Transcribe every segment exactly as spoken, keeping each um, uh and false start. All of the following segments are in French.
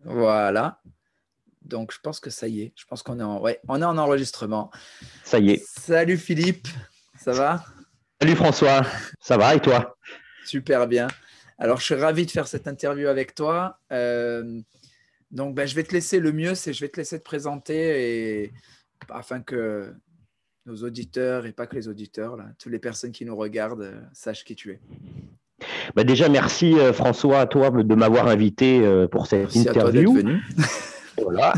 Voilà. Donc, je pense que ça y est. Je pense qu'on est en, ouais, on est en enregistrement. Ça y est. Salut Philippe, ça va? Salut François, ça va et toi? Super bien. Alors, je suis ravi de faire cette interview avec toi. Euh, donc, ben, je vais te laisser le mieux, c'est je vais te laisser te présenter et, afin que nos auditeurs, et pas que les auditeurs, là, toutes les personnes qui nous regardent, euh, sachent qui tu es. Bah déjà, merci euh, François à toi de m'avoir invité euh, pour cette Merci à toi d'être interview. venu. Voilà.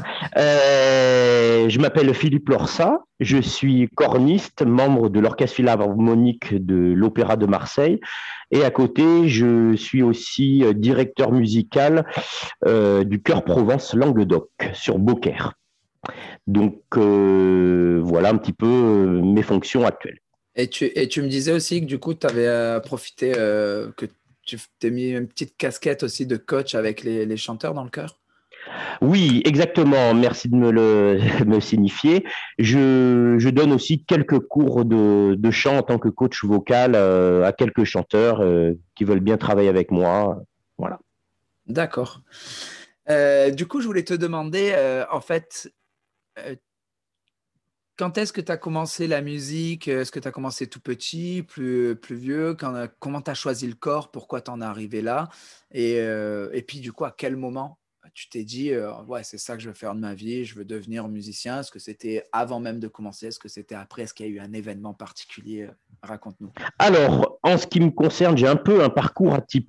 Euh, je m'appelle Philippe Lorsa, je suis corniste, membre de l'Orchestre Philharmonique de l'Opéra de Marseille. Et à côté, je suis aussi directeur musical euh, du Chœur Provence Languedoc sur Beaucaire. Donc euh, voilà un petit peu euh, mes fonctions actuelles. Et tu, et tu me disais aussi que du coup, tu avais euh, profité, euh, que tu t'es mis une petite casquette aussi de coach avec les, les chanteurs dans le chœur. Oui, exactement. Merci de me le me signifier. Je, je donne aussi quelques cours de, de chant en tant que coach vocal euh, à quelques chanteurs euh, qui veulent bien travailler avec moi. Voilà. D'accord. Euh, du coup, je voulais te demander, euh, en fait, euh, quand est-ce que tu as commencé la musique? Est-ce que tu as commencé tout petit, plus, plus vieux? Quand, comment tu as choisi le corps? Pourquoi tu en es arrivé là? Et, euh, et puis, du coup, à quel moment tu t'es dit, euh, ouais, c'est ça que je veux faire de ma vie, je veux devenir musicien? Est-ce que c'était avant même de commencer? Est-ce que c'était après? Est-ce qu'il y a eu un événement particulier? Raconte-nous. Alors, en ce qui me concerne, j'ai un peu un parcours atypique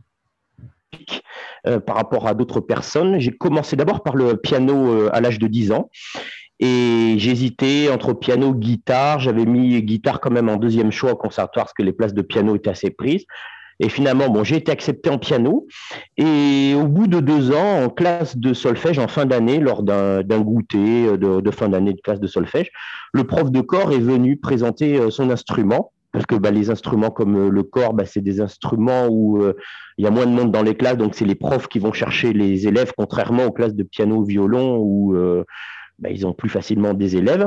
euh, par rapport à d'autres personnes. J'ai commencé d'abord par le piano euh, à l'âge de dix ans. Et j'hésitais entre piano, guitare. J'avais mis guitare quand même en deuxième choix au conservatoire parce que les places de piano étaient assez prises. Et finalement, bon, j'ai été accepté en piano. Et au bout de deux ans, en classe de solfège, en fin d'année, lors d'un, d'un goûter de, de fin d'année de classe de solfège, le prof de corps est venu présenter son instrument. Parce que bah, les instruments comme le corps, bah, c'est des instruments où euh, il y a moins de monde dans les classes, donc c'est les profs qui vont chercher les élèves, contrairement aux classes de piano, violon, où euh, bah, ils ont plus facilement des élèves.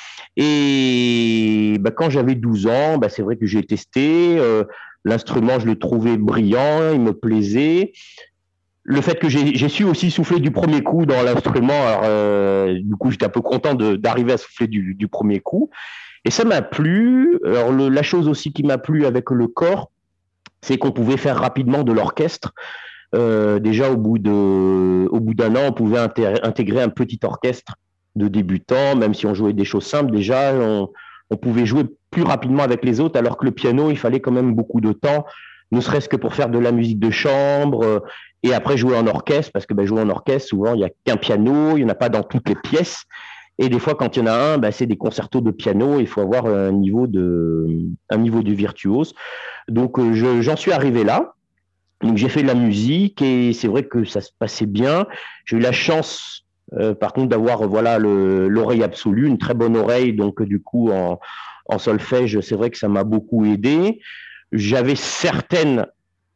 Et bah, quand j'avais douze ans, bah, c'est vrai que j'ai testé. Euh, l'instrument, je le trouvais brillant, il me plaisait. Le fait que j'ai, j'ai su aussi souffler du premier coup dans l'instrument, alors euh, du coup j'étais un peu content de, d'arriver à souffler du, du premier coup. Et ça m'a plu. Alors le, la chose aussi qui m'a plu avec le corps, c'est qu'on pouvait faire rapidement de l'orchestre. Euh, déjà au bout de, au bout d'un an, on pouvait intér- intégrer un petit orchestre de débutants, même si on jouait des choses simples. Déjà, on, on pouvait jouer plus rapidement avec les autres, alors que le piano, il fallait quand même beaucoup de temps, ne serait-ce que pour faire de la musique de chambre euh, et après jouer en orchestre, parce que ben, jouer en orchestre, souvent, il n'y a qu'un piano, il n'y en a pas dans toutes les pièces. Et des fois, quand il y en a un, ben, c'est des concertos de piano. Il faut avoir un niveau de, un niveau de virtuose. Donc, euh, je, j'en suis arrivé là. Donc j'ai fait de la musique et c'est vrai que ça se passait bien. J'ai eu la chance, euh, par contre, d'avoir voilà le, l'oreille absolue, une très bonne oreille. Donc du coup, en, en solfège, c'est vrai que ça m'a beaucoup aidé. J'avais certaines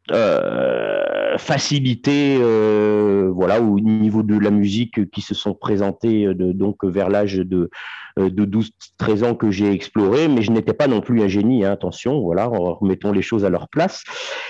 euh, facilités, euh, voilà, au niveau de la musique qui se sont présentées de, donc vers l'âge de, de douze treize ans que j'ai exploré, mais je n'étais pas non plus un génie, hein, attention, voilà, remettons les choses à leur place.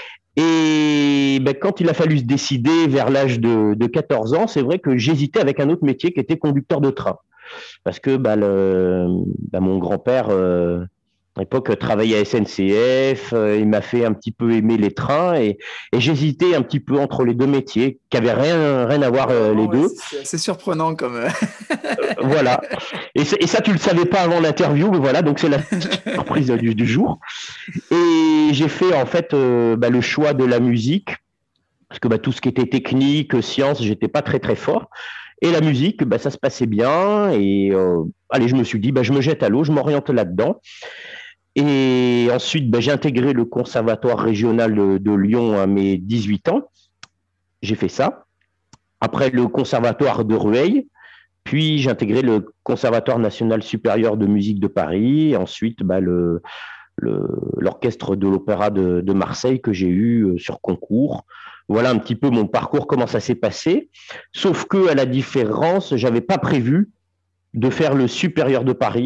Et ben, quand il a fallu se décider vers l'âge de, de quatorze ans, c'est vrai que j'hésitais avec un autre métier qui était conducteur de train. Parce que ben, le, ben, mon grand-père, euh, à l'époque, travaillait à S N C F, euh, il m'a fait un petit peu aimer les trains et, et j'hésitais un petit peu entre les deux métiers, qui n'avaient rien, rien à voir euh, les Vraiment, ouais, deux. c'est, c'est assez surprenant comme. euh, Voilà. Et, et, ça, tu ne le savais pas avant l'interview, mais voilà, donc c'est la surprise du, du jour. Et j'ai fait en fait euh, ben, le choix de la musique parce que bah, tout ce qui était technique, science, j'étais pas très très fort. Et la musique, bah, ça se passait bien. Et euh, allez, je me suis dit, bah, je me jette à l'eau, je m'oriente là-dedans. Et ensuite, bah, j'ai intégré le conservatoire régional de, de Lyon à mes dix-huit ans. J'ai fait ça. Après, le conservatoire de Rueil. Puis, j'ai intégré le conservatoire national supérieur de musique de Paris. Ensuite, bah, le, le, l'orchestre de l'Opéra de, de Marseille que j'ai eu sur concours. Voilà un petit peu mon parcours, comment ça s'est passé. Sauf que, à la différence, j'avais pas prévu de faire le supérieur de Paris.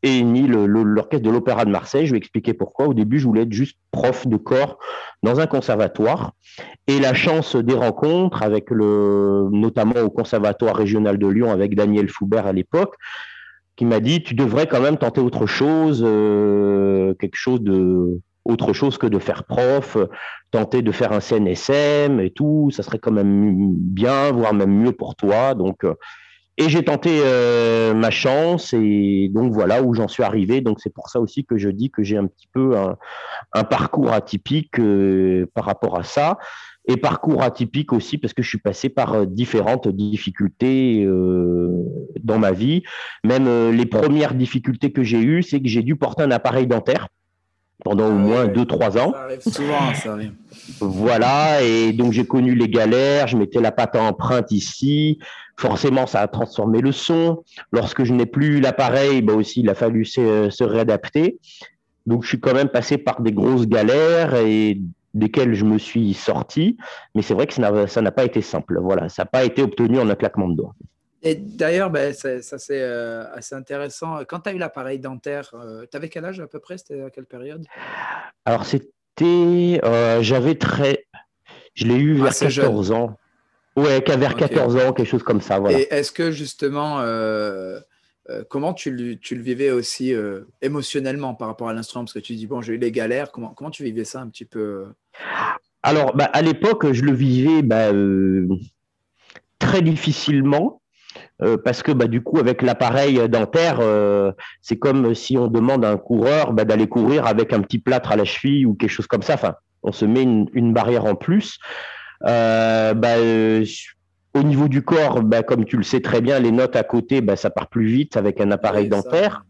et ni le, le, l'orchestre de l'Opéra de Marseille. Je vais expliquer pourquoi. Au début, je voulais être juste prof de corps dans un conservatoire. Et la chance des rencontres, avec le, notamment au Conservatoire régional de Lyon, avec Daniel Foubert à l'époque, qui m'a dit, tu devrais quand même tenter autre chose, euh, quelque chose de... autre chose que de faire prof, tenter de faire un C N S M et tout, ça serait quand même bien, voire même mieux pour toi. Donc, euh, et j'ai tenté euh, ma chance et donc voilà où j'en suis arrivé. Donc c'est pour ça aussi que je dis que j'ai un petit peu un, un parcours atypique euh, par rapport à ça. Et parcours atypique aussi parce que je suis passé par euh, différentes difficultés euh, dans ma vie. Même euh, les premières difficultés que j'ai eues, c'est que j'ai dû porter un appareil dentaire pendant au Ah oui, moins oui. deux trois ans. Ça arrive souvent, ça arrive. Voilà, et donc j'ai connu les galères, je mettais la pâte à empreinte ici, forcément ça a transformé le son. Lorsque je n'ai plus l'appareil, bah aussi il a fallu se, se réadapter. Donc je suis quand même passé par des grosses galères et desquelles je me suis sorti, mais c'est vrai que ça n'a, ça n'a pas été simple. Voilà, ça n'a pas été obtenu en un claquement de doigts. Et d'ailleurs, ben, ça, ça c'est euh, assez intéressant. Quand tu as eu l'appareil dentaire, euh, tu avais quel âge à peu près? C'était à quelle période? Alors c'était, euh, j'avais très, je l'ai eu vers Assez jeune. quatorze ans. Ouais, qu'à vers Ok. quatorze ans, quelque chose comme ça, voilà. Et est-ce que justement, euh, euh, comment tu le, tu le vivais aussi euh, émotionnellement par rapport à l'instrument? Parce que tu dis, bon, j'ai eu les galères. Comment, comment tu vivais ça un petit peu? Alors, bah, à l'époque, je le vivais bah, euh, très difficilement euh, parce que bah, du coup, avec l'appareil dentaire, euh, c'est comme si on demande à un coureur bah, d'aller courir avec un petit plâtre à la cheville ou quelque chose comme ça. Enfin, on se met une, une barrière en plus. Euh, bah, euh, au niveau du corps, bah, comme tu le sais très bien, les notes à côté, bah, ça part plus vite avec un appareil Oui, ça. dentaire.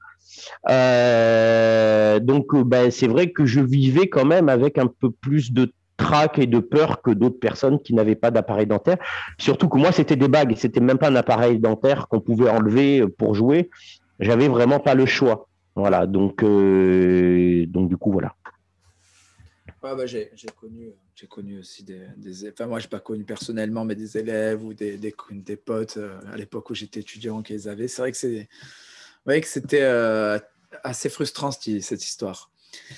Euh, donc, bah, c'est vrai que je vivais quand même avec un peu plus de trac et de peur que d'autres personnes qui n'avaient pas d'appareil dentaire. Surtout que moi, c'était des bagues, c'était même pas un appareil dentaire qu'on pouvait enlever pour jouer. J'avais vraiment pas le choix. Voilà, donc, euh, donc du coup, voilà. Ouais, bah, j'ai, j'ai connu, j'ai connu aussi des, des. Enfin, moi, je n'ai pas connu personnellement, mais des élèves ou des, des, des potes euh, à l'époque où j'étais étudiant qui les avaient. C'est vrai que, c'est, ouais, que c'était euh, assez frustrant, cette, cette histoire.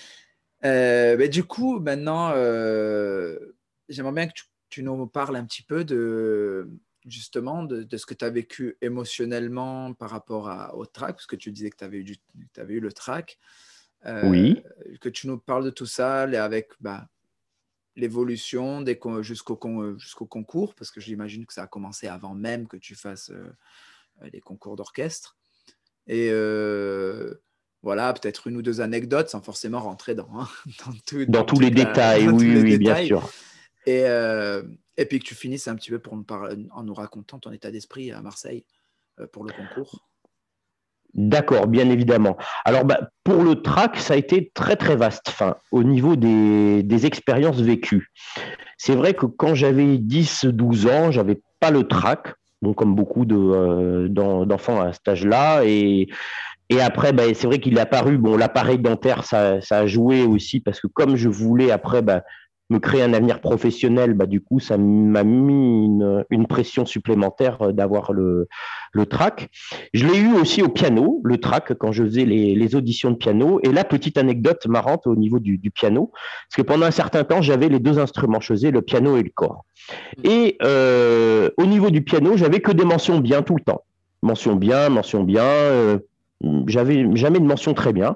Euh, mais du coup, maintenant, euh, j'aimerais bien que tu, tu nous parles un petit peu de justement de, de ce que tu as vécu émotionnellement par rapport à, au track, parce que tu disais que tu avais eu, du, avais eu le track. Euh, Oui. que tu nous parles de tout ça avec bah, l'évolution des, jusqu'au, jusqu'au concours, parce que j'imagine que ça a commencé avant même que tu fasses euh, les concours d'orchestre. Et euh, voilà, peut-être une ou deux anecdotes sans forcément rentrer dans, hein, dans, tout, Dans dans, tous les toute la, détails, dans tous oui, les oui, bien détails. sûr. Et, euh, et puis que tu finisses un petit peu pour nous parler, en nous racontant ton état d'esprit à Marseille euh, pour le concours. D'accord, bien évidemment. Alors, bah, pour le track, ça a été très, très vaste enfin, au niveau des, des expériences vécues. C'est vrai que quand j'avais dix douze ans, j'avais pas le track, bon, comme beaucoup de, euh, d'enfants à cet âge-là. Et, et après, bah, c'est vrai qu'il est apparu, bon, l'appareil dentaire, ça, ça a joué aussi, parce que comme je voulais après bah, me créer un avenir professionnel, bah, du coup, ça m'a mis une, une pression supplémentaire d'avoir le, le track. Je l'ai eu aussi au piano, le track, quand je faisais les, les auditions de piano. Et là, petite anecdote marrante au niveau du, du piano, parce que pendant un certain temps, j'avais les deux instruments, je faisais le piano et le corps. Et euh, au niveau du piano, j'avais que des mentions bien tout le temps. Mention bien, mention bien. Euh, j'avais jamais de mention très bien.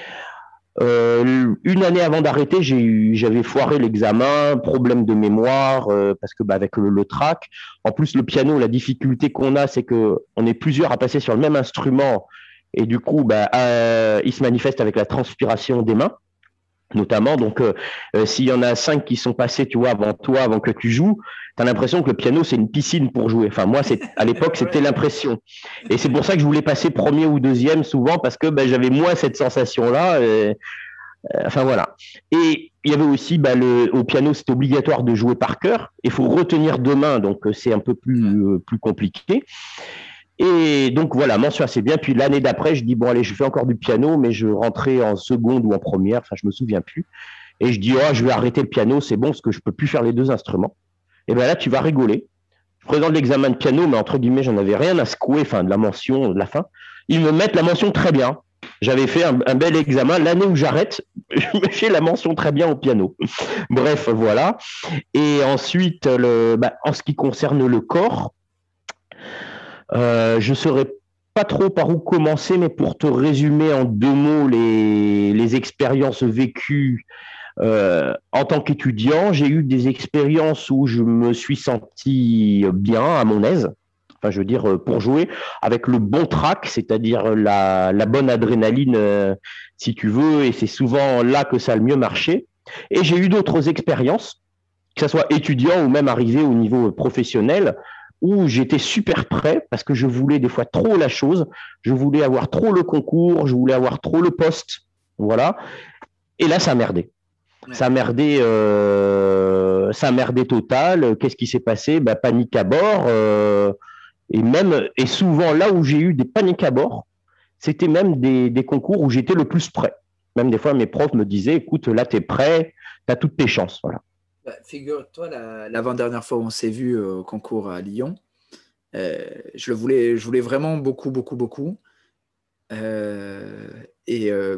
Euh, une année avant d'arrêter, j'ai eu, j'avais foiré l'examen, problème de mémoire, euh, parce que bah, avec le, le track. En plus, le piano, la difficulté qu'on a, c'est que on est plusieurs à passer sur le même instrument, et du coup, bah, euh, il se manifeste avec la transpiration des mains, notamment. Donc, euh, euh, s'il y en a cinq qui sont passés, tu vois, avant toi, avant que tu joues, tu as l'impression que le piano, c'est une piscine pour jouer. Enfin, moi, c'est, à l'époque, c'était l'impression. Et c'est pour ça que je voulais passer premier ou deuxième souvent, parce que bah, j'avais moins cette sensation-là. Et, euh, enfin, voilà. Et il y avait aussi, bah, le, au piano, c'était obligatoire de jouer par cœur. Il faut retenir deux mains, donc euh, c'est un peu plus, euh, plus compliqué. Et donc voilà, mention assez bien. Puis l'année d'après, je dis, bon, allez, je fais encore du piano, mais je rentrais en seconde ou en première, enfin, je me souviens plus. Et je dis, oh, je vais arrêter le piano, c'est bon, parce que je peux plus faire les deux instruments. Et bien là, tu vas rigoler. Je présente l'examen de piano, mais entre guillemets, j'en avais rien à secouer, enfin, de la mention, de la fin. Ils me mettent la mention très bien. J'avais fait un, un bel examen. L'année où j'arrête, je me fais la mention très bien au piano. Bref, voilà. Et ensuite, le, bah, en ce qui concerne le corps, euh, je ne saurais pas trop par où commencer, mais pour te résumer en deux mots les, les expériences vécues euh, en tant qu'étudiant, j'ai eu des expériences où je me suis senti bien, à mon aise. Enfin, je veux dire, pour jouer avec le bon track, c'est-à-dire la, la bonne adrénaline, euh, si tu veux, et c'est souvent là que ça a le mieux marché. Et j'ai eu d'autres expériences, que ce soit étudiant ou même arrivé au niveau professionnel, où j'étais super prêt parce que je voulais des fois trop la chose, je voulais avoir trop le concours, je voulais avoir trop le poste, voilà. Et là, ça a merdé. Ouais. Ça a merdé, euh, ça a merdé total. Qu'est-ce qui s'est passé? Bah, panique à bord. Euh, et même, et souvent là où j'ai eu des paniques à bord, c'était même des, des concours où j'étais le plus prêt. Même des fois, mes profs me disaient, écoute, là, tu es prêt, tu as toutes tes chances. Voilà. Bah, figure-toi, la- l'avant-dernière fois où on s'est vu euh, au concours à Lyon, euh, je le voulais, je voulais vraiment beaucoup, beaucoup, beaucoup. Euh, et euh,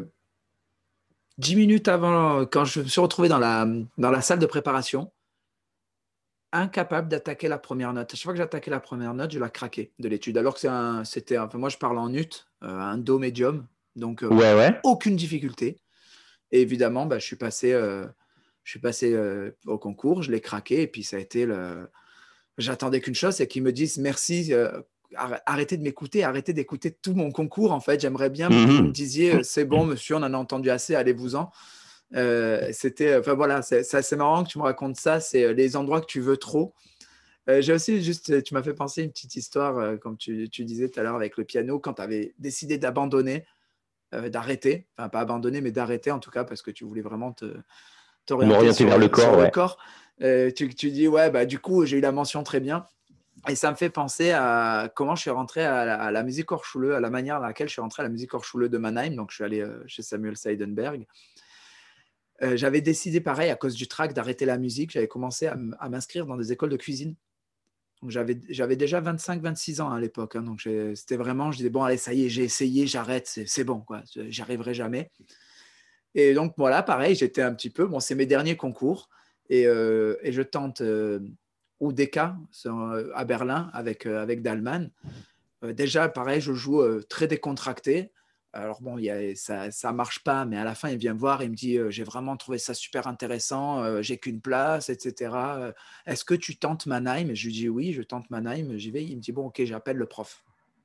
dix minutes avant, quand je me suis retrouvé dans la, dans la salle de préparation, incapable d'attaquer la première note. À chaque fois que j'attaquais la première note, je la craquais de l'étude. Alors que c'est un, c'était, enfin, moi je parle en ut, euh, un do médium, donc euh, Ouais, ouais. aucune difficulté. Et évidemment, bah, je suis passé, euh, je suis passé euh, au concours, je l'ai craqué, et puis ça a été le. J'attendais qu'une chose, c'est qu'ils me disent merci. Euh, arrêtez de m'écouter, arrêtez d'écouter tout mon concours. En fait, j'aimerais bien que vous me Mmh. disiez c'est bon, monsieur, on en a entendu assez, allez-vous-en. Euh, c'était, enfin voilà, c'est c'est assez marrant que tu me racontes ça. C'est les endroits que tu veux trop. Euh, j'ai aussi juste, tu m'as fait penser une petite histoire, euh, comme tu, tu disais tout à l'heure avec le piano, quand tu avais décidé d'abandonner, euh, d'arrêter, enfin pas abandonner, mais d'arrêter en tout cas, parce que tu voulais vraiment te, t'orienter M'orienter sur vers le le, sur corps, le ouais. corps. Euh, tu, tu dis, ouais, bah du coup, j'ai eu la mention très bien. Et ça me fait penser à comment je suis rentré à la, à la musique Hochschule, à la manière dans laquelle je suis rentré à la musique Hochschule de Mannheim. Donc, je suis allé euh, chez Samuel Seidenberg. Euh, j'avais décidé, pareil, à cause du track, d'arrêter la musique. J'avais commencé à, m- à m'inscrire dans des écoles de cuisine. Donc, j'avais, j'avais déjà vingt-cinq vingt-six ans à l'époque. Hein. Donc, j'ai- c'était vraiment, je disais, bon, allez, ça y est, j'ai essayé, j'arrête, c'est, c'est bon, quoi. J'y arriverai jamais. Et donc, voilà, pareil, j'étais un petit peu, bon, c'est mes derniers concours. Et, euh, et je tente euh, U D K sur, euh, à Berlin avec, euh, avec Dalman. Euh, déjà, pareil, je joue euh, très décontracté. Alors bon, il y a, ça ça marche pas, mais à la fin, il vient me voir, il me dit, euh, j'ai vraiment trouvé ça super intéressant, euh, j'ai qu'une place, et cetera. Euh, Est-ce que tu tentes Mannheim? Et je lui dis oui, je tente Mannheim, j'y vais. Il me dit, bon, ok, j'appelle le prof.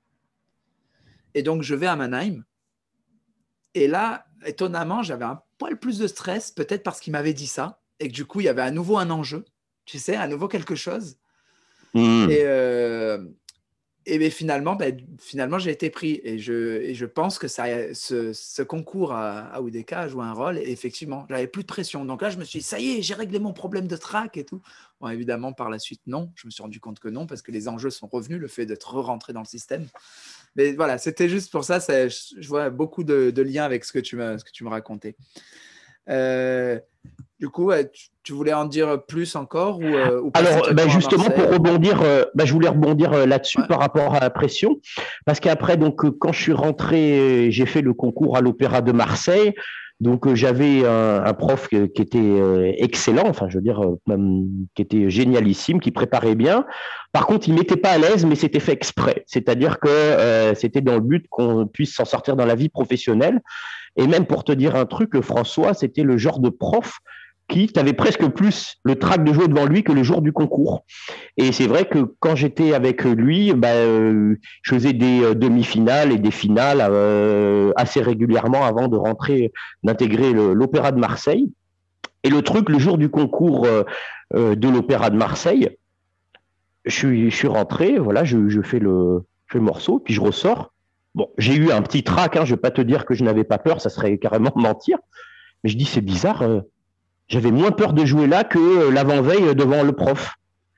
Et donc, je vais à Mannheim. Et là, étonnamment, j'avais un poil plus de stress, peut-être parce qu'il m'avait dit ça, et que du coup, il y avait à nouveau un enjeu, tu sais, à nouveau quelque chose. Et, Mmh. euh, Et bien, finalement, ben, finalement, j'ai été pris. Et je, et je pense que ça, ce, ce concours à, à U D K a joué un rôle. Et effectivement, j'avais plus de pression. Donc là, je me suis dit, ça y est, j'ai réglé mon problème de track et tout. Bon, évidemment, par la suite, non. Je me suis rendu compte que non, parce que les enjeux sont revenus, le fait d'être rentré dans le système. Mais voilà, c'était juste pour ça. ça je, je vois beaucoup de, de liens avec ce que tu me, ce que tu me racontais. Euh, du coup, ouais, tu, tu voulais en dire plus encore ou, euh, ou passer Alors, bah directement à justement, pour Marseille? rebondir, euh, bah, je voulais rebondir euh, là-dessus Ouais, par rapport à la pression, parce qu'après, donc, euh, quand je suis rentré, euh, j'ai fait le concours à l'Opéra de Marseille. Donc, euh, j'avais un, un prof que- qui était euh, excellent, enfin, je veux dire, euh, même, qui était génialissime, qui préparait bien. Par contre, il m'était pas à l'aise, mais c'était fait exprès. C'est-à-dire que euh, c'était dans le but qu'on puisse s'en sortir dans la vie professionnelle. Et même pour te dire un truc, François, c'était le genre de prof qui t'avait presque plus le trac de jouer devant lui que le jour du concours. Et c'est vrai que quand j'étais avec lui, bah, euh, je faisais des euh, demi-finales et des finales euh, assez régulièrement avant de rentrer, d'intégrer l'Opéra de Marseille. Et le truc, le jour du concours euh, euh, de l'Opéra de Marseille, je suis, je suis rentré, voilà, je, je, fais le, je fais le morceau, puis je ressors. Bon, j'ai eu un petit trac, hein, je ne vais pas te dire que je n'avais pas peur, ça serait carrément mentir. Mais je dis, c'est bizarre, euh, j'avais moins peur de jouer là que euh, l'avant-veille devant le prof.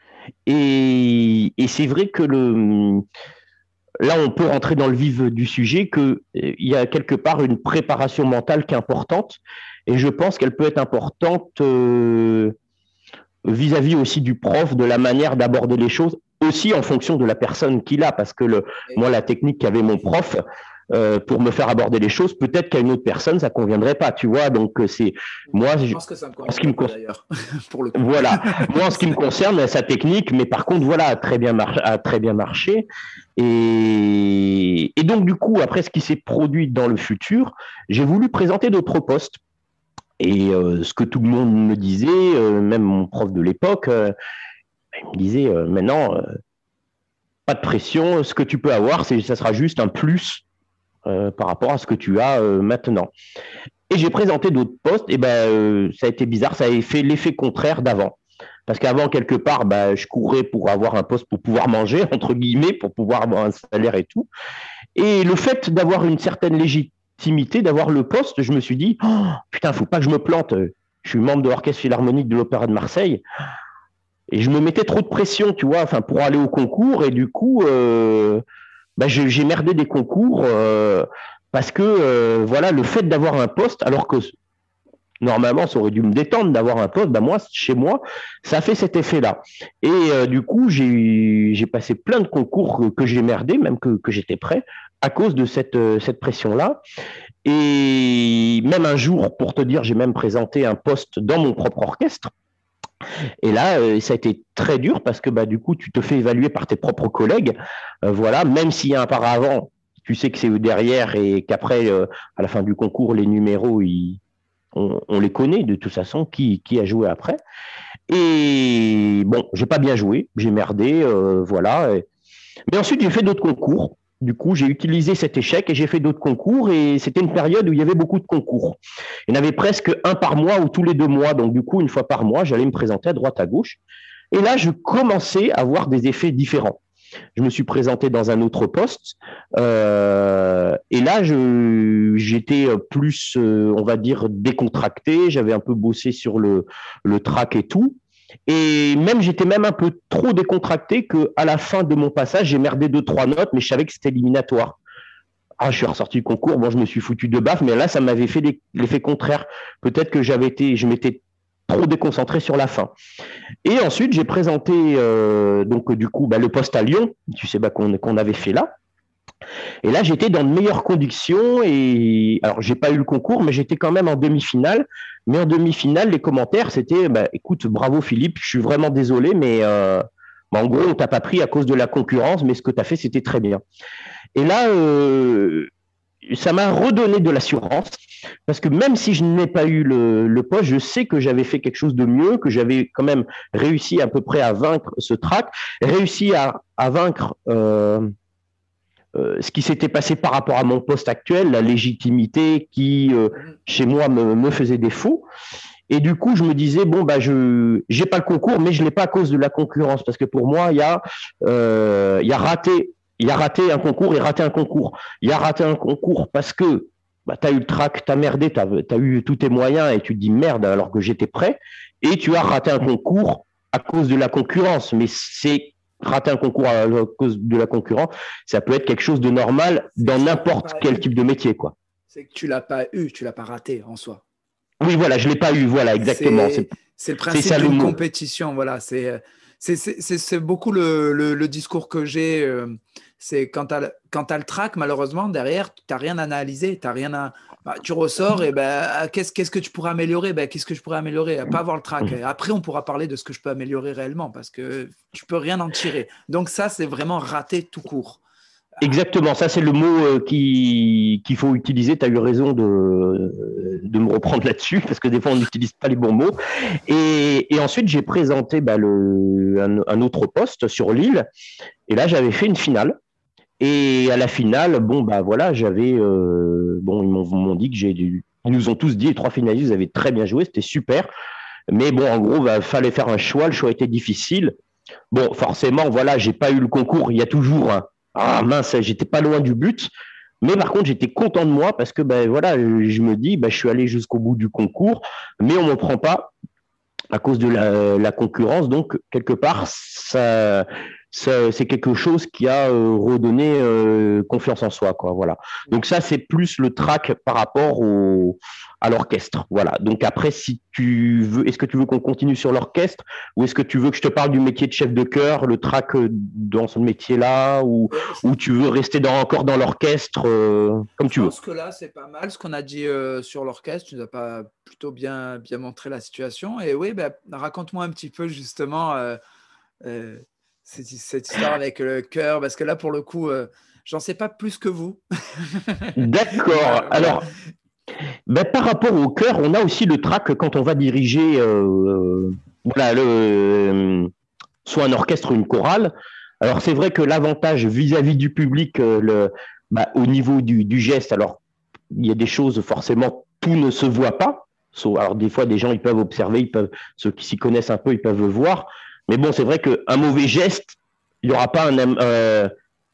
Et, et c'est vrai que le, là, on peut rentrer dans le vif du sujet, qu'il euh, y a quelque part une préparation mentale qui est importante. Et je pense qu'elle peut être importante euh, vis-à-vis aussi du prof, de la manière d'aborder les choses, aussi en fonction de la personne qu'il a. Parce que le, moi, la technique qu'avait mon prof, euh, pour me faire aborder les choses. Peut-être qu'à une autre personne, ça conviendrait pas, tu vois. Donc, euh, c'est moi. Je pense que ça me en ce qui me convient con- d'ailleurs, pour le coup. Voilà. Moi, en ce qui me concerne, sa technique, mais par contre, voilà, a très bien, mar- a très bien marché. Et, et donc, du coup, après ce qui s'est produit dans le futur, j'ai voulu présenter d'autres postes. Et euh, ce que tout le monde me disait, euh, même mon prof de l'époque, euh, il me disait euh, maintenant, euh, pas de pression, ce que tu peux avoir, c'est, ça sera juste un plus euh, par rapport à ce que tu as euh, maintenant. Et j'ai présenté d'autres postes, et ben euh, ça a été bizarre, ça a fait l'effet contraire d'avant. Parce qu'avant, quelque part, bah, je courais pour avoir un poste pour pouvoir manger, entre guillemets, pour pouvoir avoir un salaire et tout. Et le fait d'avoir une certaine légitimité, d'avoir le poste, je me suis dit, oh, putain, faut pas que je me plante. Je suis membre de l'Orchestre Philharmonique de l'Opéra de Marseille. Et je me mettais trop de pression, tu vois, enfin, pour aller au concours. Et du coup, euh, bah, je- j'ai merdé des concours euh, parce que, euh, voilà, le fait d'avoir un poste, alors que normalement, ça aurait dû me détendre d'avoir un poste. Ben moi, chez moi, ça a fait cet effet-là. Et euh, du coup, j'ai j'ai passé plein de concours que, que j'ai merdé, même que, que j'étais prêt, à cause de cette, euh, cette pression-là. Et même un jour, pour te dire, j'ai même présenté un poste dans mon propre orchestre. Et là, euh, ça a été très dur parce que bah, du coup, tu te fais évaluer par tes propres collègues. Euh, voilà, même s'il y a un paravent, tu sais que c'est eux derrière et qu'après, euh, à la fin du concours, les numéros, ils, on, on, les connaît de toute façon, qui, qui a joué après. Et bon, j'ai pas bien joué, j'ai merdé, euh, voilà. Mais ensuite, j'ai fait d'autres concours. Du coup, j'ai utilisé cet échec et j'ai fait d'autres concours. Et c'était une période où il y avait beaucoup de concours. Il y en avait presque un par mois ou tous les deux mois. Donc, du coup, une fois par mois, j'allais me présenter à droite, à gauche. Et là, je commençais à avoir des effets différents. Je me suis présenté dans un autre poste. Euh, et là, je, j'étais plus, euh, on va dire, décontracté. J'avais un peu bossé sur le, le track et tout. Et même, j'étais même un peu trop décontracté qu'à la fin de mon passage, j'ai merdé deux, trois notes, mais je savais que c'était éliminatoire. Ah, je suis ressorti du concours, bon, je me suis foutu de baffe, mais là, ça m'avait fait l'effet contraire. Peut-être que j'avais été, je m'étais trop déconcentré sur la fin. Et ensuite, j'ai présenté euh, donc du coup bah, le poste à Lyon, tu sais bah, qu'on qu'on avait fait là. Et là, j'étais dans de meilleures conditions. Et alors, j'ai pas eu le concours, mais j'étais quand même en demi-finale. Mais en demi-finale, les commentaires, c'était bah, écoute, bravo Philippe, je suis vraiment désolé, mais euh, bah, en gros, on t'a pas pris à cause de la concurrence, mais ce que tu as fait, c'était très bien. Et là, euh, ça m'a redonné de l'assurance parce que même si je n'ai pas eu le, le poste, je sais que j'avais fait quelque chose de mieux, que j'avais quand même réussi à peu près à vaincre ce track, réussi à, à vaincre euh, euh, ce qui s'était passé par rapport à mon poste actuel, la légitimité qui, euh, chez moi, me, me faisait défaut. Et du coup, je me disais, bon, bah, je n'ai pas le concours, mais je ne l'ai pas à cause de la concurrence. Parce que pour moi, il y a, euh, il y a raté il a raté un concours et raté un concours. Il a raté un concours parce que bah, tu as eu le trac, tu as merdé, tu as eu tous tes moyens et tu te dis merde alors que j'étais prêt. Et tu as raté un concours à cause de la concurrence. Mais c'est rater un concours à cause de la concurrence, ça peut être quelque chose de normal dans n'importe quel eu. type de métier, quoi. C'est que tu l'as pas eu, tu l'as pas raté en soi. Oui, voilà, je l'ai pas eu, voilà, exactement. C'est le principe d'une compétition, voilà. C'est c'est beaucoup le, le, le discours que j'ai. Euh, c'est quand tu as le track, malheureusement, derrière, tu n'as rien à analyser, tu rien à. Bah, tu ressors et ben qu'est-ce qu'est-ce que tu pourrais améliorer? Ben, qu'est-ce que je pourrais améliorer? À pas avoir le track. Après, on pourra parler de ce que je peux améliorer réellement parce que tu peux rien en tirer. Donc ça, c'est vraiment raté tout court. Exactement, ça c'est le mot euh, qu'il qu'il faut utiliser. Tu as eu raison de, de me reprendre là-dessus, parce que des fois on n'utilise pas les bons mots. Et, et ensuite j'ai présenté bah, le, un, un autre poste sur Lille, et là j'avais fait une finale. Et à la finale, bon bah voilà, j'avais euh, bon ils m'ont dit que j'ai dû. Ils nous ont tous dit, les trois finalistes, vous avez très bien joué, c'était super. Mais bon, en gros, il bah, fallait faire un choix, le choix était difficile. Bon, forcément, voilà, j'ai pas eu le concours, il y a toujours un. Ah mince, j'étais pas loin du but. Mais par contre, j'étais content de moi parce que ben voilà, je me dis, ben, je suis allé jusqu'au bout du concours, mais on ne me prend pas à cause de la, la concurrence. Donc, quelque part, ça, c'est quelque chose qui a euh, redonné euh, confiance en soi, quoi. Voilà. Donc ça, c'est plus le track par rapport au, à l'orchestre. Voilà. Donc après, si tu veux, est-ce que tu veux qu'on continue sur l'orchestre ou est-ce que tu veux que je te parle du métier de chef de chœur, le track euh, dans ce métier-là, ou, ou tu veux rester dans, encore dans l'orchestre, euh, comme Je tu veux. pense que là, c'est pas mal ce qu'on a dit euh, sur l'orchestre. Tu nous as pas plutôt bien, bien montré la situation. Et oui, ben, raconte-moi un petit peu justement euh, euh, cette, cette histoire avec le chœur, parce que là, pour le coup, euh, j'en sais pas plus que vous. D'accord. Voilà, voilà. Alors, ben, par rapport au chœur, on a aussi le track quand on va diriger euh, voilà, le, euh, soit un orchestre ou une chorale. Alors, c'est vrai que l'avantage vis-à-vis du public, euh, le, bah, au niveau du, du geste, alors, il y a des choses, forcément, tout ne se voit pas. Alors, des fois, des gens, ils peuvent observer, ils peuvent, ceux qui s'y connaissent un peu, ils peuvent voir. Mais bon, c'est vrai qu'un mauvais geste, il n'y aura pas un, euh,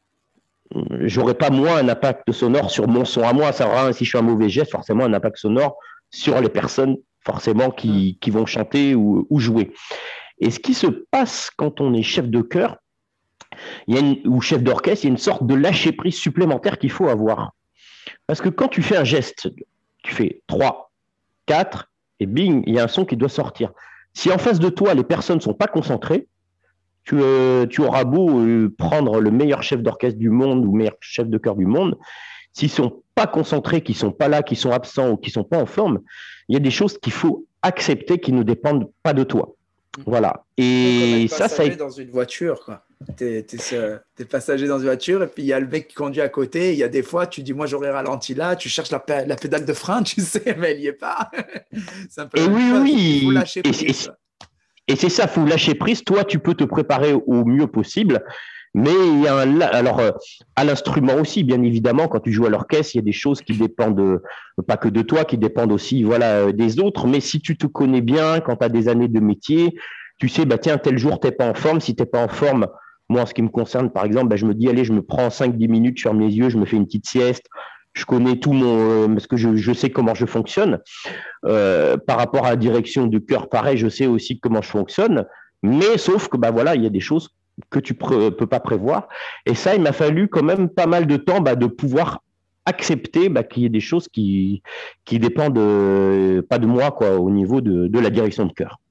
j'aurai pas moi un impact sonore sur mon son à moi. Ça aura, si je fais un mauvais geste, forcément un impact sonore sur les personnes forcément qui, qui vont chanter ou, ou jouer. Et ce qui se passe quand on est chef de chœur il y a une, ou chef d'orchestre, il y a une sorte de lâcher prise supplémentaire qu'il faut avoir. Parce que quand tu fais un geste, tu fais trois, quatre, et bing, il y a un son qui doit sortir. Si en face de toi, les personnes ne sont pas concentrées, tu, euh, tu auras beau euh, prendre le meilleur chef d'orchestre du monde ou meilleur chef de chœur du monde, s'ils ne sont pas concentrés, qu'ils ne sont pas là, qu'ils sont absents ou qu'ils ne sont pas en forme, il y a des choses qu'il faut accepter qui ne dépendent pas de toi. Voilà. Et ça, ça est dans une voiture, quoi. T'es, t'es, t'es passager dans une voiture et puis il y a le mec qui conduit à côté. Il y a des fois, tu dis, moi j'aurais ralenti là, tu cherches la, la pédale de frein, tu sais, mais elle n'y est pas. C'est un peu et oui, chose. oui. Il faut lâcher prise. Et, et, et c'est ça, il faut lâcher prise. Toi, tu peux te préparer au mieux possible. Mais il y a un, alors à l'instrument aussi, bien évidemment, quand tu joues à l'orchestre, il y a des choses qui dépendent pas que de toi, qui dépendent aussi, voilà, des autres. Mais si tu te connais bien, quand tu as des années de métier, tu sais, bah tiens, tel jour t'es pas en forme. Si t'es pas en forme, moi, en ce qui me concerne, par exemple, bah, je me dis, allez, je me prends cinq dix minutes, je ferme les yeux, je me fais une petite sieste. Je connais tout mon, euh, parce que je, je sais comment je fonctionne. Euh, par rapport à la direction du chœur, pareil, je sais aussi comment je fonctionne. Mais sauf que, bah voilà, il y a des choses que tu ne peux pas prévoir. Et ça, il m'a fallu quand même pas mal de temps bah, de pouvoir accepter bah, qu'il y ait des choses qui, qui dépendent euh, pas de moi, quoi, au niveau de, de la direction de chœur.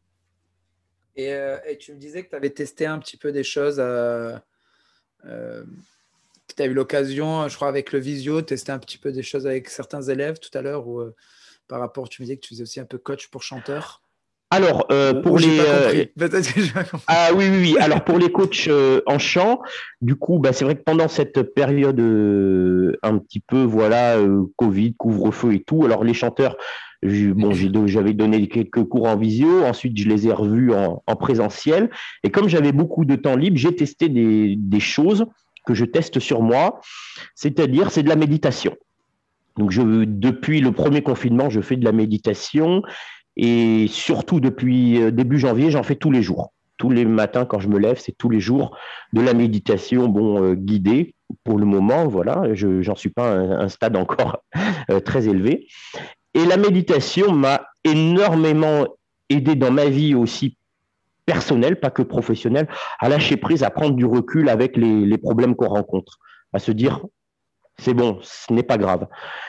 Et, euh, et tu me disais que tu avais testé un petit peu des choses, euh, euh, que tu as eu l'occasion, je crois, avec le visio, tester un petit peu des choses avec certains élèves tout à l'heure, ou euh, par rapport, tu me disais que tu faisais aussi un peu coach pour chanteurs. Alors, euh, pour Ou les. Pas compris. Peut-être que j'ai pas compris. Ah oui, oui, oui. Alors, pour les coachs euh, en chant, du coup, bah, c'est vrai que pendant cette période euh, un petit peu, voilà, euh, Covid, couvre-feu et tout, alors les chanteurs, bon, j'avais donné quelques cours en visio, ensuite je les ai revus en, en présentiel. Et comme j'avais beaucoup de temps libre, j'ai testé des, des choses que je teste sur moi, c'est-à-dire c'est de la méditation. Donc, je, depuis le premier confinement, je fais de la méditation. Et surtout, depuis début janvier, j'en fais tous les jours. Tous les matins, quand je me lève, c'est tous les jours de la méditation bon, euh, guidée. Pour le moment, voilà, je n'en suis pas à un, un stade encore euh, très élevé. Et la méditation m'a énormément aidé dans ma vie aussi personnelle, pas que professionnelle, à lâcher prise, à prendre du recul avec les, les problèmes qu'on rencontre, à se dire, c'est bon, ce n'est pas grave.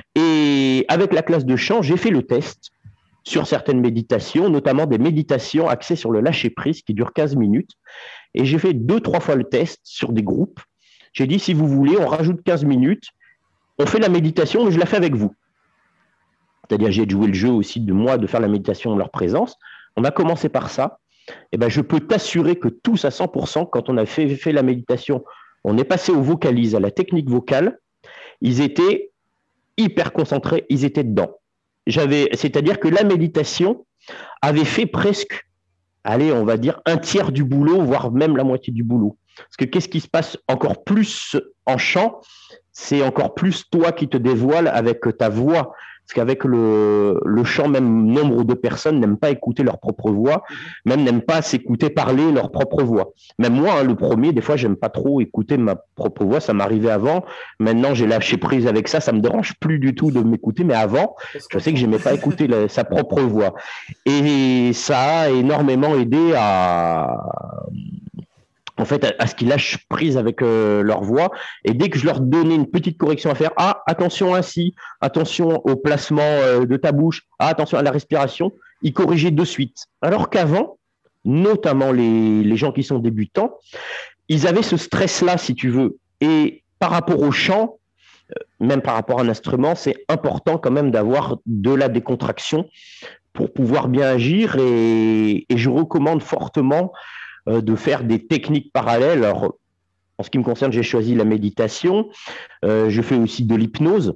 Et avec la classe de chant, j'ai fait le test sur certaines méditations, notamment des méditations axées sur le lâcher-prise qui durent quinze minutes. Et j'ai fait deux, trois fois le test sur des groupes. J'ai dit, si vous voulez, on rajoute quinze minutes, on fait la méditation, mais je la fais avec vous. C'est-à-dire, j'ai joué le jeu aussi de moi de faire la méditation en leur présence. On a commencé par ça. Et ben, je peux t'assurer que tous à cent pour cent, quand on a fait, fait la méditation, on est passé aux vocalises, à la technique vocale, ils étaient hyper concentrés, ils étaient dedans. J'avais, c'est-à-dire que la méditation avait fait presque, allez, on va dire un tiers du boulot, voire même la moitié du boulot. Parce que qu'est-ce qui se passe encore plus en chant? C'est encore plus toi qui te dévoiles avec ta voix. Parce qu'avec le, le chant, même nombre de personnes n'aiment pas écouter leur propre voix, même n'aiment pas s'écouter parler leur propre voix. Même moi, hein, le premier, des fois, j'aime pas trop écouter ma propre voix. Ça m'arrivait avant. Maintenant, j'ai lâché prise avec ça. Ça me dérange plus du tout de m'écouter. Mais avant, je sais que j'aimais pas écouter la, sa propre voix. Et ça a énormément aidé à en fait, à, à ce qu'ils lâchent prise avec euh, leur voix. Et dès que je leur donnais une petite correction à faire, ah, attention ainsi, attention au placement euh, de ta bouche, ah, attention à la respiration, ils corrigeaient de suite. Alors qu'avant, notamment les, les gens qui sont débutants, ils avaient ce stress-là, si tu veux. Et par rapport au chant, même par rapport à un instrument, c'est important quand même d'avoir de la décontraction pour pouvoir bien agir. Et, et je recommande fortement euh, de faire des techniques parallèles. Alors, en ce qui me concerne, j'ai choisi la méditation. Euh, je fais aussi de l'hypnose.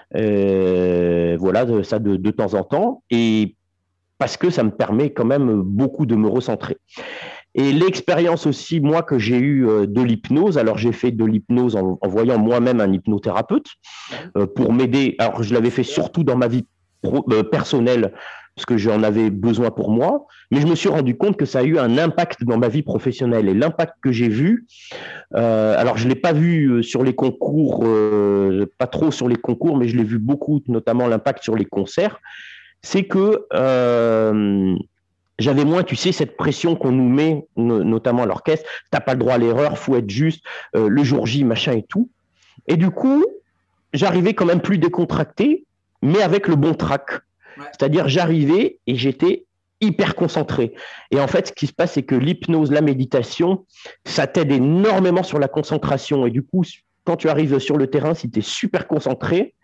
Euh, voilà, de, ça de, de temps en temps. Et parce que ça me permet quand même beaucoup de me recentrer. Et l'expérience aussi, moi, que j'ai eue euh, de l'hypnose, alors j'ai fait de l'hypnose en, en voyant moi-même un hypnothérapeute euh, pour m'aider. Alors, je l'avais fait surtout dans ma vie pro, euh, personnelle, parce que j'en avais besoin pour moi, mais je me suis rendu compte que ça a eu un impact dans ma vie professionnelle. Et l'impact que j'ai vu, euh, alors je ne l'ai pas vu sur les concours, euh, pas trop sur les concours, mais je l'ai vu beaucoup, notamment l'impact sur les concerts, c'est que euh, j'avais moins, tu sais, cette pression qu'on nous met, no- notamment à l'orchestre. T'as pas le droit à l'erreur, faut être juste, euh, le jour J, machin et tout. Et du coup, j'arrivais quand même plus décontracté, mais avec le bon track. Ouais. C'est-à-dire, j'arrivais et j'étais hyper concentré. Et en fait, ce qui se passe, c'est que l'hypnose, la méditation, ça t'aide énormément sur la concentration. Et du coup, quand tu arrives sur le terrain, si tu es super concentré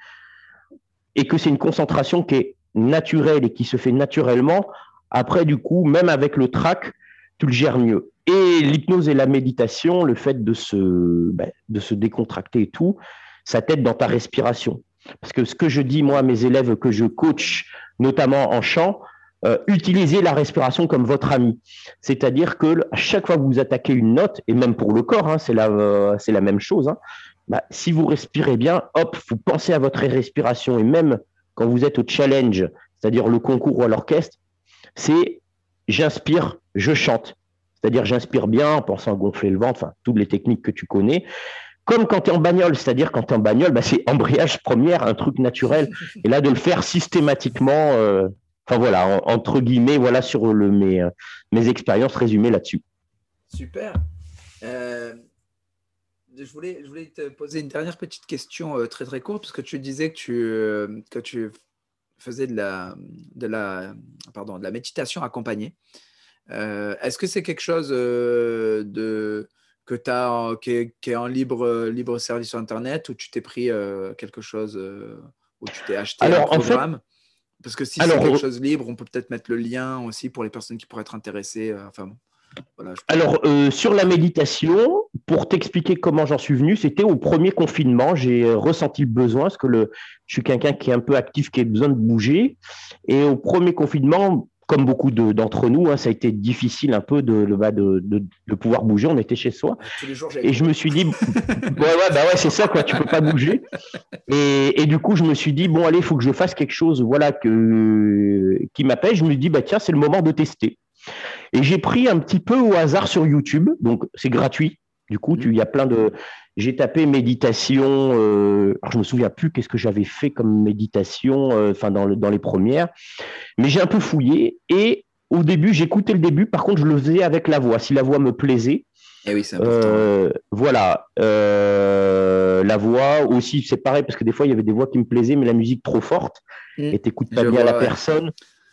et que c'est une concentration qui est naturelle et qui se fait naturellement, après, du coup, même avec le track, tu le gères mieux. Et l'hypnose et la méditation, le fait de se, ben, de se décontracter et tout, ça t'aide dans ta respiration. Parce que ce que je dis, moi, à mes élèves que je coach, notamment en chant, euh, utilisez la respiration comme votre ami. C'est-à-dire que à chaque fois que vous attaquez une note, et même pour le corps, hein, c'est la, euh, c'est la même chose, hein, bah, si vous respirez bien, hop, vous pensez à votre respiration. Et même quand vous êtes au challenge, c'est-à-dire le concours ou à l'orchestre, c'est j'inspire, je chante. C'est-à-dire j'inspire bien en pensant à gonfler le ventre, enfin, toutes les techniques que tu connais. Comme quand tu es en bagnole, c'est-à-dire quand tu es en bagnole, bah, c'est embrayage première, un truc naturel. Et là, de le faire systématiquement, euh, enfin voilà, en, entre guillemets, voilà sur le, mes, euh, mes expériences résumées là-dessus. Super. Euh, je voulais, je voulais te poser une dernière petite question euh, très très courte parce que tu disais que tu, euh, que tu faisais de la, de la, pardon, de la méditation accompagnée. Euh, est-ce que c'est quelque chose euh, de, que t'as, qui, est, qui est en libre, libre service sur Internet ou tu t'es pris euh, quelque chose euh, où tu t'es acheté un Alors, en fait, programme? Parce que si c'est quelque alors, chose libre, on peut peut-être mettre le lien aussi pour les personnes qui pourraient être intéressées. euh, Enfin, bon, voilà, je peux... Alors, euh, sur la méditation, pour t'expliquer comment j'en suis venu, c'était au premier confinement. J'ai euh, ressenti le besoin, parce que le, je suis quelqu'un qui est un peu actif, qui a besoin de bouger. Et au premier confinement, comme beaucoup de- d'entre nous, hein, ça a été difficile un peu de, de, bah, de, de- de pouvoir bouger. On était chez soi. Ah, tous les jours, j'avais Et je me cours. suis dit, ouais, ouais, bah ouais, c'est ça, quoi, tu peux pas bouger. Et, et du coup, je me suis dit, bon, allez, il faut que je fasse quelque chose, voilà, que, qui m'appelle. Je me dis, bah tiens, c'est le moment de tester. Et j'ai pris un petit peu au hasard sur YouTube, donc c'est gratuit. Du coup, il y a plein de. J'ai tapé méditation. Euh, alors je me souviens plus qu'est-ce que j'avais fait comme méditation, euh, enfin dans, le, dans les premières, mais j'ai un peu fouillé et au début, j'écoutais le début. Par contre, je le faisais avec la voix. Si la voix me plaisait, Eh oui, c'est important. Ouais. euh, voilà. Euh, la voix aussi, c'est pareil parce que des fois, il y avait des voix qui me plaisaient, mais la musique trop forte Mm. et t'écoutes pas Je bien la vois, ouais. personne.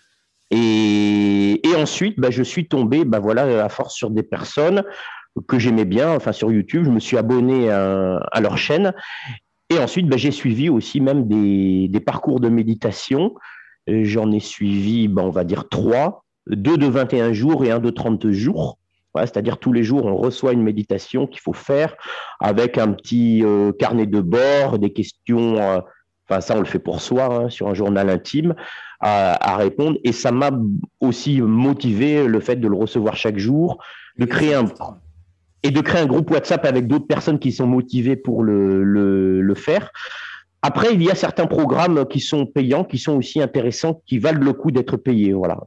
Et, et ensuite, bah, je suis tombé, bah, voilà, à force sur des personnes que j'aimais bien, enfin sur YouTube, je me suis abonné à, à leur chaîne. Et ensuite, bah, j'ai suivi aussi même des, des parcours de méditation. J'en ai suivi, bah, on va dire, trois, deux de vingt et un jours et un de trente jours. Ouais, c'est-à-dire tous les jours, on reçoit une méditation qu'il faut faire avec un petit euh, carnet de bord, des questions, euh, enfin ça on le fait pour soi, hein, sur un journal intime, à, à répondre. Et ça m'a aussi motivé le fait de le recevoir chaque jour, de Oui, c'est créer un important. et de créer un groupe WhatsApp avec d'autres personnes qui sont motivées pour le, le, le faire. Après, il y a certains programmes qui sont payants, qui sont aussi intéressants, qui valent le coup d'être payés. Voilà.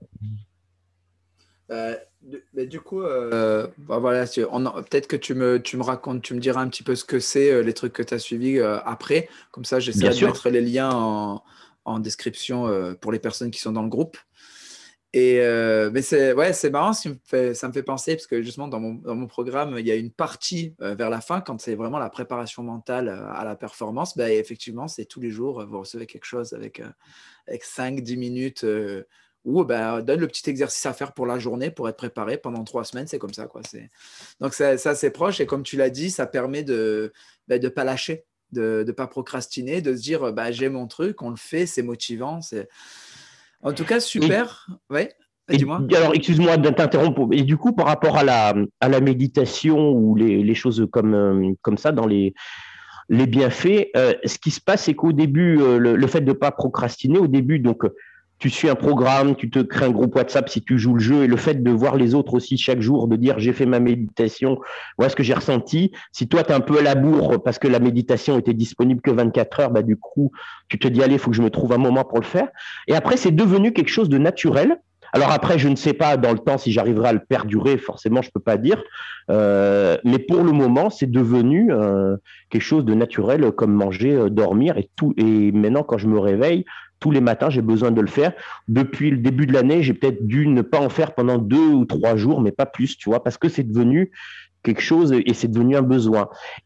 Euh, du, mais du coup, euh, bah voilà, si on en- peut-être que tu me, tu me racontes, tu me diras un petit peu ce que c'est, euh, les trucs que tu as suivis euh, après. Comme ça, Bien j'essaierai de sûr. mettre les liens en, en description euh, pour les personnes qui sont dans le groupe. Et euh, mais c'est ouais, c'est marrant, ça me fait, ça me fait penser, parce que justement, dans mon, dans mon programme, il y a une partie euh, vers la fin, quand c'est vraiment la préparation mentale euh, à la performance, ben, effectivement, c'est tous les jours, euh, vous recevez quelque chose avec, euh, avec cinq dix minutes, euh, où ben, on donne le petit exercice à faire pour la journée, pour être préparé pendant trois semaines, c'est comme ça, quoi. C'est... Donc, c'est c'est assez proche, et comme tu l'as dit, ça permet de ne ben, de pas lâcher, de ne pas procrastiner, de se dire, bah, j'ai mon truc, on le fait, c'est motivant, c'est... En tout cas, Et, super. Ouais, et dis-moi. alors, excuse-moi de t'interrompre. Et du coup, par rapport à la, à la méditation ou les, les choses comme, euh, comme ça dans les, les bienfaits, euh, ce qui se passe, c'est qu'au début, euh, le, le, fait de ne pas procrastiner, au début, donc, tu suis un programme, tu te crées un groupe WhatsApp si tu joues le jeu, et le fait de voir les autres aussi chaque jour, de dire j'ai fait ma méditation, voilà ce que j'ai ressenti. Si toi, tu es un peu à la bourre parce que la méditation était disponible que vingt-quatre heures, bah, du coup, tu te dis allez, il faut que je me trouve un moment pour le faire. Et après, c'est devenu quelque chose de naturel. Alors après, je ne sais pas dans le temps si j'arriverai à le perdurer, forcément, je ne peux pas dire. Euh, mais pour le moment, c'est devenu euh, quelque chose de naturel, comme manger, euh, dormir et tout. Et maintenant, quand je me réveille, tous les matins, j'ai besoin de le faire. Depuis le début de l'année, j'ai peut-être dû ne pas en faire pendant deux ou trois jours, mais pas plus, tu vois, parce que c'est devenu quelque chose et c'est devenu un besoin.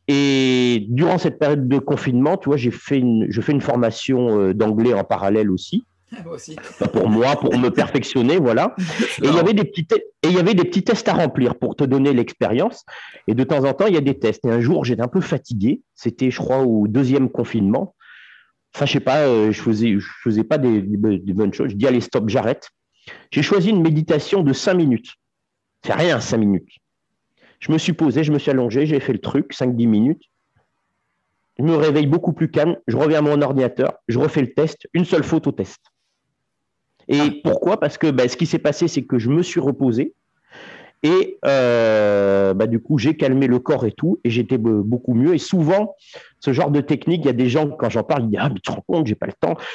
Et durant cette période de confinement, tu vois, j'ai fait une, je fais une formation euh, d'anglais en parallèle aussi. Moi aussi. Pour moi, pour me perfectionner, voilà. Et il y avait des petits te- et il y avait des petits tests à remplir pour te donner l'expérience. Et de temps en temps, il y a des tests. Et un jour, j'étais un peu fatigué. C'était, je crois, au deuxième confinement. Enfin, je sais pas, euh, je faisais, je faisais pas des, des, des bonnes choses. Je dis allez, stop, j'arrête. J'ai choisi une méditation de cinq minutes. C'est rien, cinq minutes. Je me suis posé, je me suis allongé, j'ai fait le truc, cinq dix minutes. Je me réveille beaucoup plus calme. Je reviens à mon ordinateur, je refais le test, une seule faute au test. Et Ah, pourquoi? Parce que ben, ce qui s'est passé, c'est que je me suis reposé et euh, bah, du coup, j'ai calmé le corps et tout, et j'étais beaucoup mieux. Et souvent, ce genre de technique, il y a des gens, quand j'en parle, ils disent ah, mais tu te rends compte, j'ai pas le temps.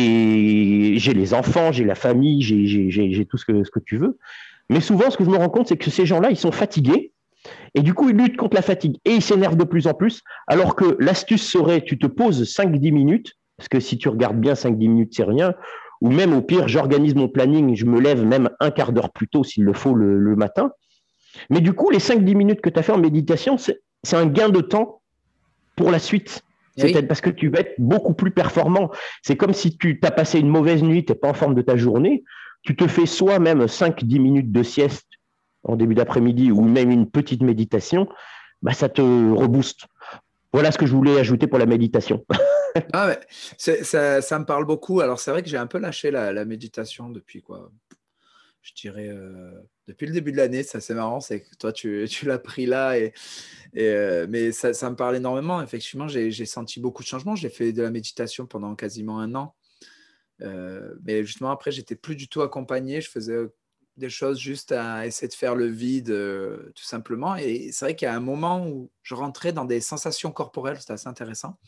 Et j'ai les enfants, j'ai la famille, j'ai, j'ai, j'ai, j'ai tout ce que, ce que tu veux. Mais souvent, ce que je me rends compte, c'est que ces gens-là, ils sont fatigués. Et du coup, ils luttent contre la fatigue et ils s'énervent de plus en plus. Alors que l'astuce serait, tu te poses cinq dix minutes, parce que si tu regardes bien, cinq dix minutes, c'est rien. Ou même au pire, j'organise mon planning, je me lève même un quart d'heure plus tôt s'il le faut le, le matin. Mais du coup, les cinq dix minutes que tu as fait en méditation, c'est, c'est un gain de temps pour la suite. C'est oui. parce que tu vas être beaucoup plus performant. C'est comme si tu as passé une mauvaise nuit, tu n'es pas en forme de ta journée. Tu te fais soit même cinq dix minutes de sieste en début d'après-midi ou même une petite méditation, bah, ça te rebooste. Voilà ce que je voulais ajouter pour la méditation. Ah, ouais. C'est- ça, ça me parle beaucoup. Alors, c'est vrai que j'ai un peu lâché la, la méditation depuis quoi? Je dirais euh, depuis le début de l'année. Ça, c'est marrant. C'est que toi, tu, tu l'as pris là. Et, et, euh, mais ça, ça me parle énormément. Effectivement, j'ai j'ai senti beaucoup de changements. J'ai fait de la méditation pendant quasiment un an. Euh, mais justement, après, j'étais plus du tout accompagné. Je faisais des choses juste à essayer de faire le vide, euh, tout simplement. Et c'est vrai qu'il y a un moment où je rentrais dans des sensations corporelles. C'était assez intéressant.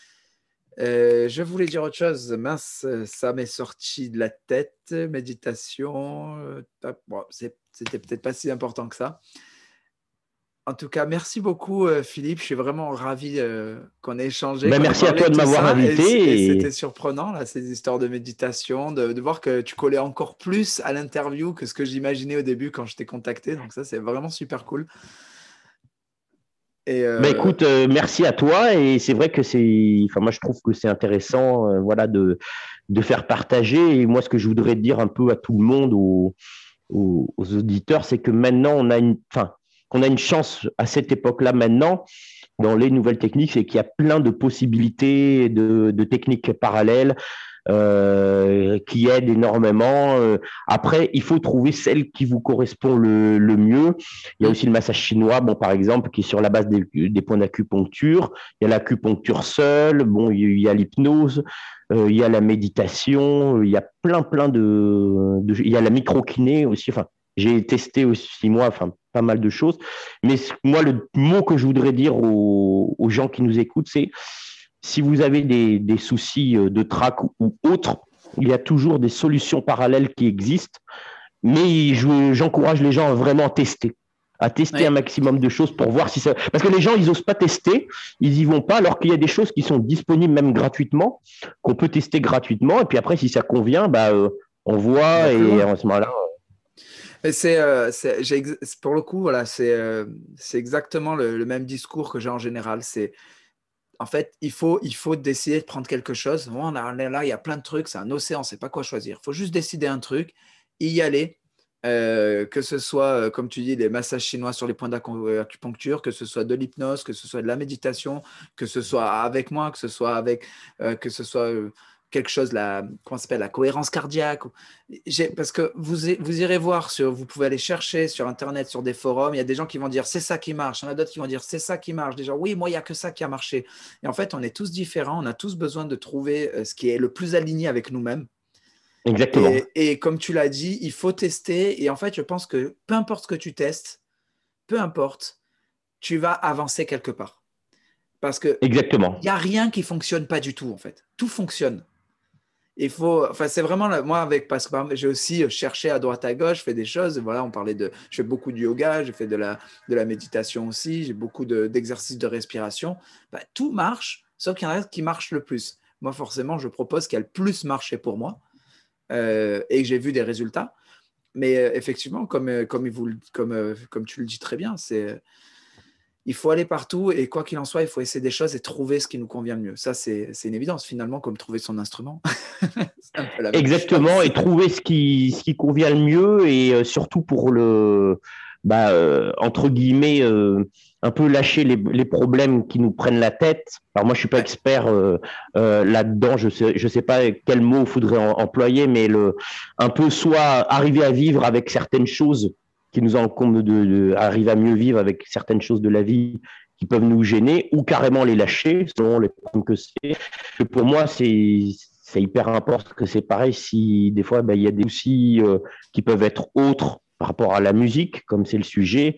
Euh, je voulais dire autre chose. Mince, ça m'est sorti de la tête. Méditation. euh, ah, bon, c'est- c'était peut-être pas si important que ça. En tout cas, merci beaucoup, euh, Philippe. Je suis vraiment ravi euh, qu'on ait échangé, Ben, qu'on ait merci à parlé toi de de tout m'avoir ça. Et, c- et invité. c'était Et... surprenant, là, ces histoires de méditation, de, de voir que tu collais encore plus à l'interview que ce que j'imaginais au début quand je t'ai contacté. Donc ça, c'est vraiment super cool. Et Ben, euh, écoute, euh, merci à toi. Et c'est vrai que c'est, enfin, moi, je trouve que c'est intéressant, euh, voilà, de, de faire partager. Et moi, ce que je voudrais dire un peu à tout le monde, aux, aux, aux auditeurs, c'est que maintenant, on a une, enfin, qu'on a une chance à cette époque-là maintenant dans les nouvelles techniques, c'est qu'il y a plein de possibilités de, de techniques parallèles euh, qui aident énormément. Euh, après, il faut trouver celle qui vous correspond le, le mieux. Il y a hmm, aussi le massage chinois, bon, par exemple, qui est sur la base des, des points d'acupuncture. Il y a l'acupuncture seule, bon, il y a l'hypnose, euh, il y a la méditation, il y a plein, plein de, de il y a la microkiné aussi. Enfin, j'ai testé aussi moi, enfin, pas mal de choses. Mais moi, le mot que je voudrais dire aux, aux gens qui nous écoutent, c'est si vous avez des, des soucis de trac ou autres, il y a toujours des solutions parallèles qui existent. Mais je, j'encourage les gens à vraiment tester, à tester un oui, maximum de choses pour voir si ça. Parce que les gens, ils n'osent pas tester, ils y vont pas, alors qu'il y a des choses qui sont disponibles même gratuitement, qu'on peut tester gratuitement. Et puis après, si ça convient, bah, euh, on on va voit plus et loin. en ce moment-là, Mais c'est, euh, c'est- j'ai ex- pour le coup, voilà, c'est euh, c'est exactement le, le même discours que j'ai en général. C'est, en fait, il faut, il faut décider de prendre quelque chose. Bon, on a- là, il y a plein de trucs, c'est un océan, on ne sait pas quoi choisir. Il faut juste décider un truc, y aller. Euh, que ce soit, euh, comme tu dis, des massages chinois sur les points d'acupuncture, que ce soit de l'hypnose, que ce soit de la méditation, que ce soit avec moi, que ce soit avec, euh, que ce soit euh, quelque chose, la, comment ça s'appelle, la cohérence cardiaque. J'ai- Parce que vous, vous irez voir, sur, vous pouvez aller chercher sur Internet, sur des forums, il y a des gens qui vont dire c'est ça qui marche, il y en a d'autres qui vont dire c'est ça qui marche. Des gens, oui, moi, il n'y a que ça qui a marché. Et en fait, on est tous différents, on a tous besoin de trouver euh, ce qui est le plus aligné avec nous-mêmes. Exactement. Et, et comme tu l'as dit, il faut tester. Et en fait, je pense que peu importe ce que tu testes, peu importe, tu vas avancer quelque part. Parce qu'il Exactement. n'y a rien qui fonctionne pas du tout, en fait. Tout fonctionne. Il faut, enfin, c'est vraiment là, moi avec parce que j'ai aussi cherché à droite à gauche, fait des choses. Voilà, on parlait de, je fais beaucoup de yoga, j'ai fait de la, de la méditation aussi, j'ai beaucoup de, d'exercices de respiration. Bah, tout marche, sauf qu'il y en a qui marchent le plus. Moi, forcément, je propose qu'elle plus marché pour moi euh, et que j'ai vu des résultats. Mais euh, effectivement, comme, euh, comme, il vous, comme, euh, comme tu le dis très bien, c'est il faut aller partout et quoi qu'il en soit, il faut essayer des choses et trouver ce qui nous convient le mieux. Ça, c'est c'est une évidence finalement, comme trouver son instrument. C'est un peu la même Exactement, chose. et trouver ce qui, ce qui convient le mieux et euh, surtout pour le, bah, euh, entre guillemets, euh, un peu lâcher les, les problèmes qui nous prennent la tête. Alors moi, je suis pas Ouais, expert euh, euh, là-dedans, je sais, je sais pas quel mot il faudrait en- employer, mais le, un peu soit arriver à vivre avec certaines choses qui nous encombrent de, de arriver à mieux vivre avec certaines choses de la vie qui peuvent nous gêner, ou carrément les lâcher selon les problèmes que c'est. Pour moi, c'est c'est hyper important que c'est pareil si des fois, bah, il y a des soucis euh, qui peuvent être autres par rapport à la musique, comme c'est le sujet,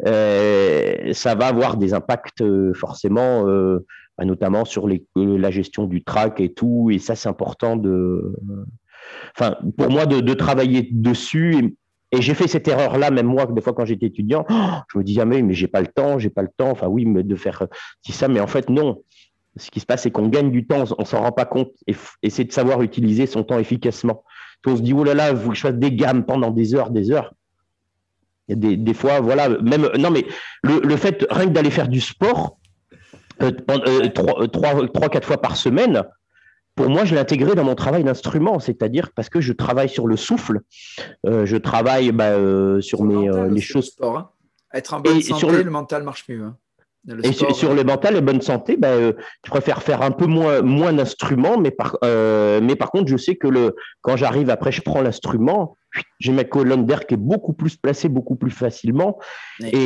euh, ça va avoir des impacts euh, forcément, euh, bah, notamment sur les, euh, la gestion du track et tout. Et ça, c'est important de, enfin, pour moi, de, de travailler dessus. Et, et j'ai fait cette erreur-là, même moi, des fois quand j'étais étudiant, oh, je me dis jamais, mais j'ai pas le temps, j'ai pas le temps. Enfin oui, mais de faire si ça, mais en fait non. Ce qui se passe, c'est qu'on gagne du temps, on s'en rend pas compte, et, et c'est de savoir utiliser son temps efficacement. On se dit, oh là là, il faut que je fasse des gammes pendant des heures, des heures. Il y a des, des fois, voilà, même, non, mais le, le fait, rien que d'aller faire du sport, euh, euh, ouais, trois, trois, trois, quatre fois par semaine, pour moi, je l'ai intégré dans mon travail d'instrument, c'est-à-dire parce que je travaille sur le souffle, euh, je travaille bah, euh, sur sur le mes, euh, mental les aussi, le choses. sport, hein. Être en bonne Et sur santé, le, le mental marche mieux, hein. Le Et sport, sur euh, le mental et bonne santé, ben, euh, je préfère faire un peu moins, moins d'instruments, mais par, euh, mais par contre, je sais que le, quand j'arrive après, je prends l'instrument, j'ai ma colonne d'air qui est beaucoup plus placée, beaucoup plus facilement. ouais.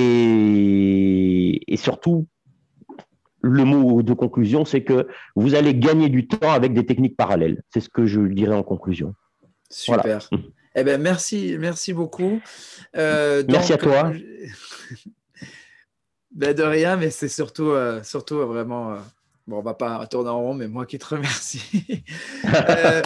Et, et surtout, le mot de conclusion, c'est que vous allez gagner du temps avec des techniques parallèles. C'est ce que je dirais en conclusion. Voilà. Super. Eh ben, merci, merci beaucoup. Euh, Merci à donc, toi. ben, de rien, mais c'est surtout, euh, surtout euh, vraiment. Euh, bon, on va pas tourner en rond, mais moi qui te remercie. Euh,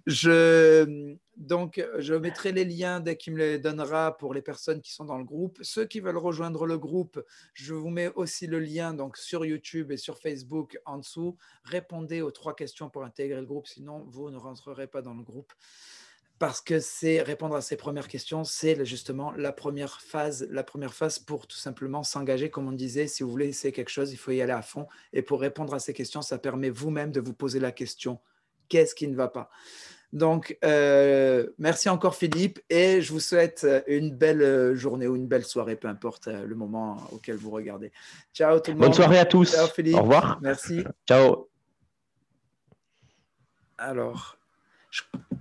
je, donc, je mettrai les liens dès qu'il me les donnera pour les personnes qui sont dans le groupe. Ceux qui veulent rejoindre le groupe, je vous mets aussi le lien donc, sur YouTube et sur Facebook en dessous. Répondez aux trois questions pour intégrer le groupe, sinon vous ne rentrerez pas dans le groupe. Parce que c'est répondre à ces premières questions, c'est justement la première phase, la première phase pour tout simplement s'engager. Comme on disait, si vous voulez essayer quelque chose, il faut y aller à fond. Et pour répondre à ces questions, ça permet vous-même de vous poser la question, qu'est-ce qui ne va pas? Donc, euh, merci encore Philippe et je vous souhaite une belle journée ou une belle soirée, peu importe le moment auquel vous regardez. Ciao tout le Bonne monde. soirée à Ciao tous. Au Philippe. revoir. Merci. Ciao. Alors, je